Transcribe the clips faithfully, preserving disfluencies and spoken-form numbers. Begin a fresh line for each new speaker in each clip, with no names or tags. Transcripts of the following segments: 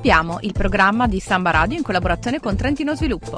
Sappiamo, il programma di Samba Radio in collaborazione con Trentino Sviluppo.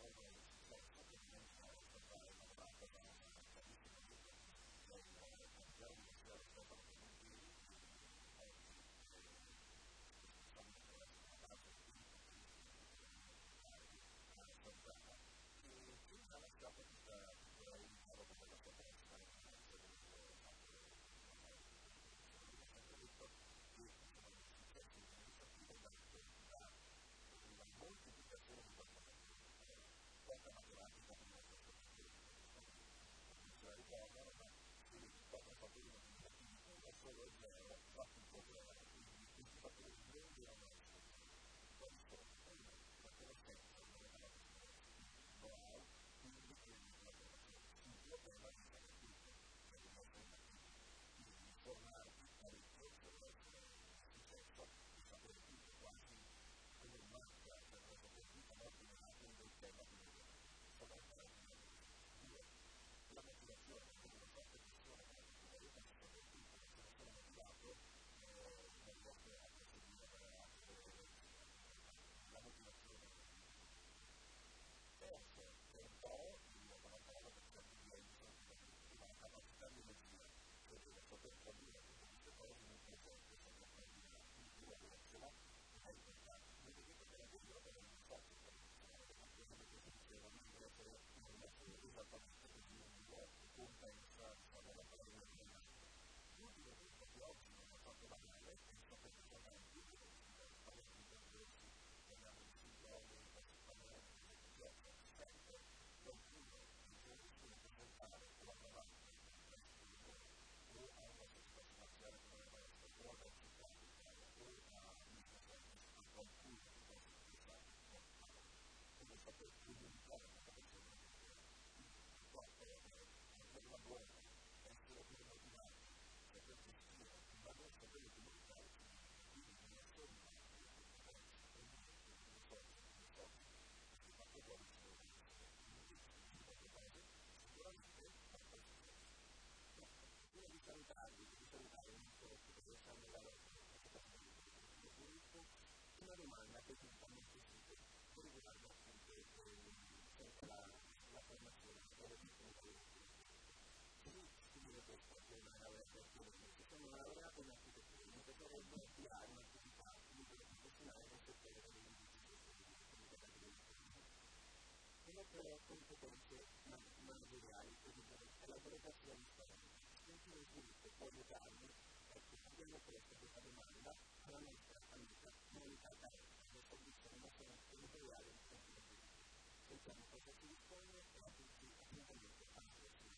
le competenze manageriali, quindi la valutazione esterna. Quindi lo sviluppo può aiutarmi, ecco, abbiamo posto questa domanda alla nostra amica Monica Caretta, che soddisfiamo sono editoriale di Consiglio. Sentiamo cosa ci risponde e a tutti appuntamento alla prossima.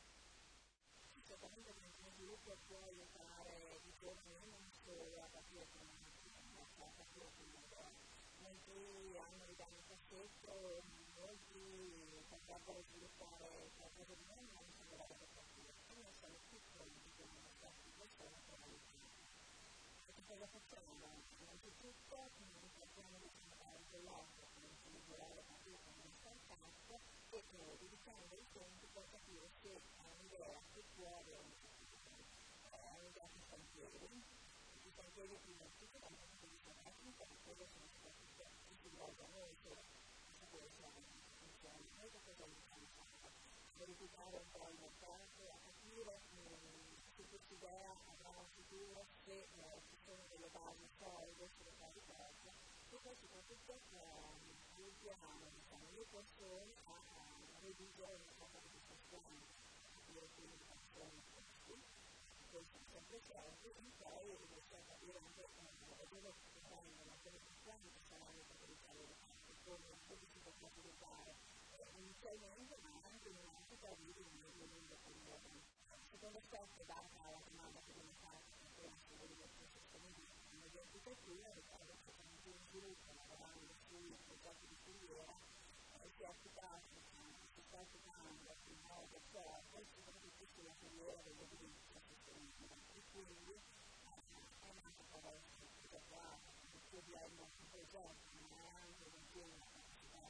Certamente il sviluppo può aiutare i giovani non solo a capire come ma a capire come molti hanno il danno passetto, molti potrebbero sviluppare qualcosa di meglio, ma non sono loro per capire. Come sono piccoli di come una certa persona per aiutare. E cosa facciamo? Innanzitutto cerchiamo di comunicare con l'altro, come si migliorare capire come una startup e dedicando dei tempi per capire se ha un'idea che può avere un'idea che sta in piedi, che sta in piedi prima di tutto dal punto di vista tecnico, ma quello sono soprattutto che si rivolge a noi per sapere se funziona. Noi che cosa aiutiamo a fare? Verificare un po' il mercato, a capire se questa idea avrà un futuro, se ci sono delle basi solide sulle quali porta, e poi soprattutto aiutiamo le persone a redigere una sorta di business plan, capire quindi quali sono i costi, questo è sempre certo, e poi riesce a capire anche dove si prendono, dove si prendono che saranno per utilizzare le carte, come si può utilizzare inizialmente, ma anche in un'ottica di medio e lungo periodo. Secondo aspetto, data la domanda che viene fatta con la rivoluzione sostenibile mediante cultura, ricordo che c'è anche un sviluppo lavorando sui progetti di filiera si è applicato, si sta applicando in modo forte soprattutto sulla filiera dell'edilizia sostenibile e quindi è una cosa adeguata, quindi è un progetto, ma è anche un impegno capacità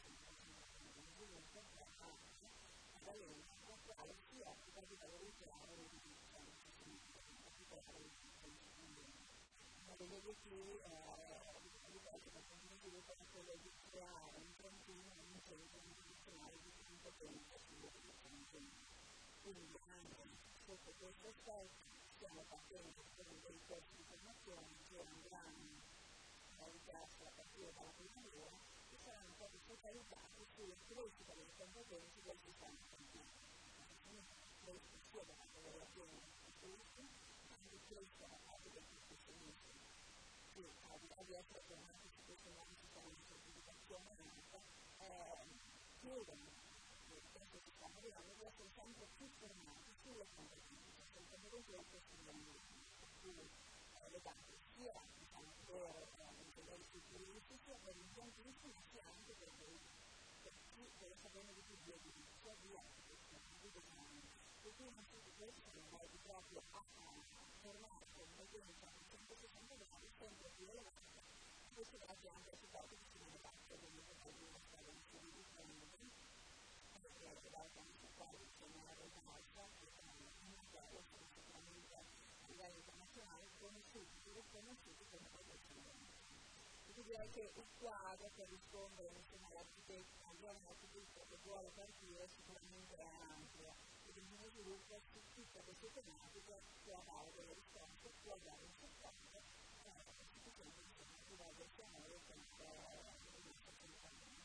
di sviluppo che ha fatto Valenza, la quale si occupa di valorizzare l'edilizia sostenibile, in particolare l'edilizia sostenibile. Uno degli obiettivi è progetto per continuo sviluppo è quello di creare in Trentino un centro internazionale di competenza sulle produzioni. Quindi anche sotto questo aspetto stiamo partendo con dei corsi di formazione che andranno a richiesta a partire dalla primavera e saranno proprio focalizzati sulla crescita delle competenze del sistema trentino. Questo sia da parte delle aziende di tutti, ma anche crescita da parte dei professionisti che al di là di essere formati su questo nuovo sistema di certificazione chiedono che questo sistema di anno di essere sempre più formati sulle competenze, sulle competenze del quotidiano, per cui legate sia diciamo, per i livelli futuristici, per gli impiantisti, ma sia anche per chi deve sapere di più di edilizia, di architettura, di design. Per cui non tutti questi sono andati proprio a formare competenze a centosessanta gradi sempre più elevate, questo grazie anche al supporto di Simone Baccio, ovviamente per una storia di sviluppo che da tanti su quali sono la Rosalza, che è una storia sicuramente a livello internazionale conosciuti, riconosciuti come professionisti. Quindi direi che il quadro per rispondere insieme all'architetto, al giovane architetto che vuole partire sicuramente è ampio ed il mio sviluppo su tutte queste tematiche può dare delle risposte, può dare un supporto sufficiente di rivolgersi a noi sempre il nostro funzionamento.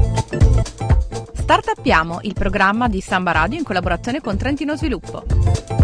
Startuppiamo, il programma di Samba Radio in collaborazione con Trentino Sviluppo.